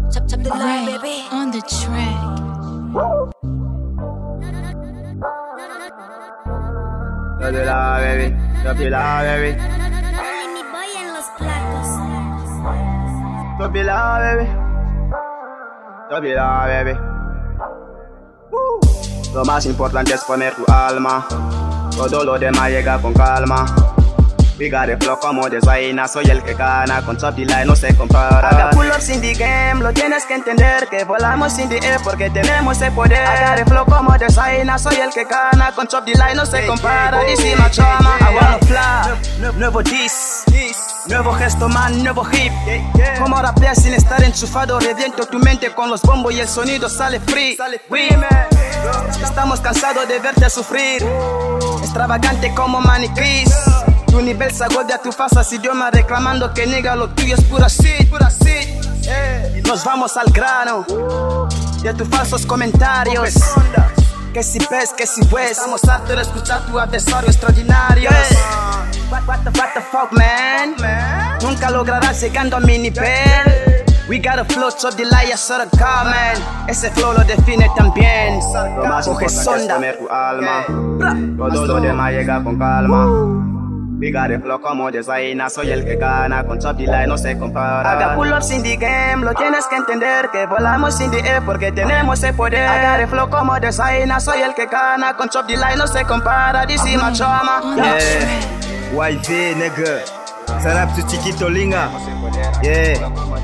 Chop the line, Ray baby. on the track. Chop the line, baby. Chop the line, baby. Mini boy en los platos. Chop the line, baby. Chop the line, baby. Lo más importante es poner tu alma. Todo lo demás llega con calma. We got the flow como designer, soy el que gana, con Chop the line no se compara. Haga pull-ups in the game, lo tienes que entender, que volamos in the air porque tenemos el poder. Haga the flow como designer, soy el que gana, con Chop the line no se compara. This is my chama, I wanna fly, nuevo diss, nuevo gesto man, nuevo hip. Como rapear sin estar enchufado, reviento tu mente con los bombos y el sonido sale free. Estamos cansados de verte sufrir, extravagante como maniquís. Tu nivel se agobia, tu falsas idioma reclamando que niega lo tuyo es pura shit. Nos vamos al grano de tus falsos comentarios. Que si ves, que si ves, estamos hartos de escuchar tu adversario extraordinario. What the fuck, man? Nunca lograrás llegando a mi nivel. We got a flow, Chop the line, sort of man. Ese flow lo define también. Lo más importante es poner tu alma. Todo lo demás llega con calma. We got the flow como designer, soy el que gana, con Chop the line no se compara. Haga pull-ups in the game, lo tienes que entender, que volamos in the air porque tenemos el poder. Haga the flow como designer, soy el que gana, con Chop the line no se compara. This is my chama. YV, nigga. Sarap tu chiquito linga. Yeah.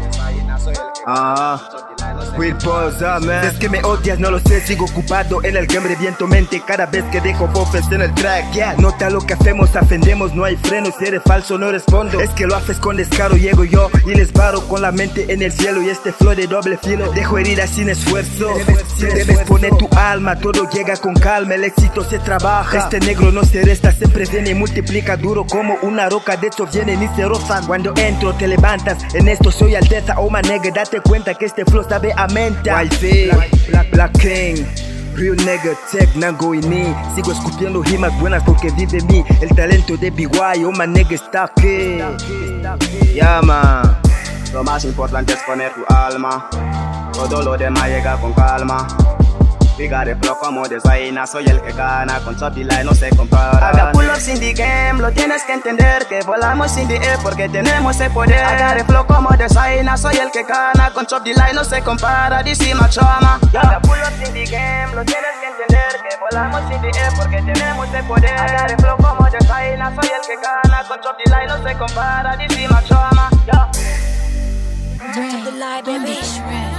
Will posa, man. Es que me odias, no lo sé, sigo ocupado en el game, reviento mente cada vez que dejo bofes en el track. Yeah. Nota lo que hacemos, ofendemos, no hay freno. Si eres falso no respondo, es que lo haces con descaro. Llego yo y les paro con la mente en el cielo. Y este flow de doble filo, dejo heridas sin esfuerzo. Debes poner tu alma, todo llega con calma. El éxito se trabaja, este negro no se resta, siempre viene y multiplica duro como una roca. De hecho viene y se roza. Cuando entro te levantas, en esto soy alteza. Oh my nigga, date cuenta que este flow sabe a menta. YV, Black King, real nigga, tech, nango y ni. Sigo escupiendo rimas buenas porque vive en mí el talento de BY, oh my nigga está aquí. Yeah, man. Lo más importante es poner tu alma. Todo lo demás llega con calma. We got the flow como designer, soy el que gana, con Chop the line no se compara. Haga pull-ups in the game, lo tienes que entender, que volamos in the air porque tenemos el poder. Haga the flow como designer, soy el que gana, con Chop the line no se compara. This is my chama. Haga pull-ups in the game, lo tienes que entender, que volamos in the air porque tenemos el poder. Haga the flow como designer, soy el que gana, con Chop the line no se compara. This is my chama. Chop the line, On the baby. track.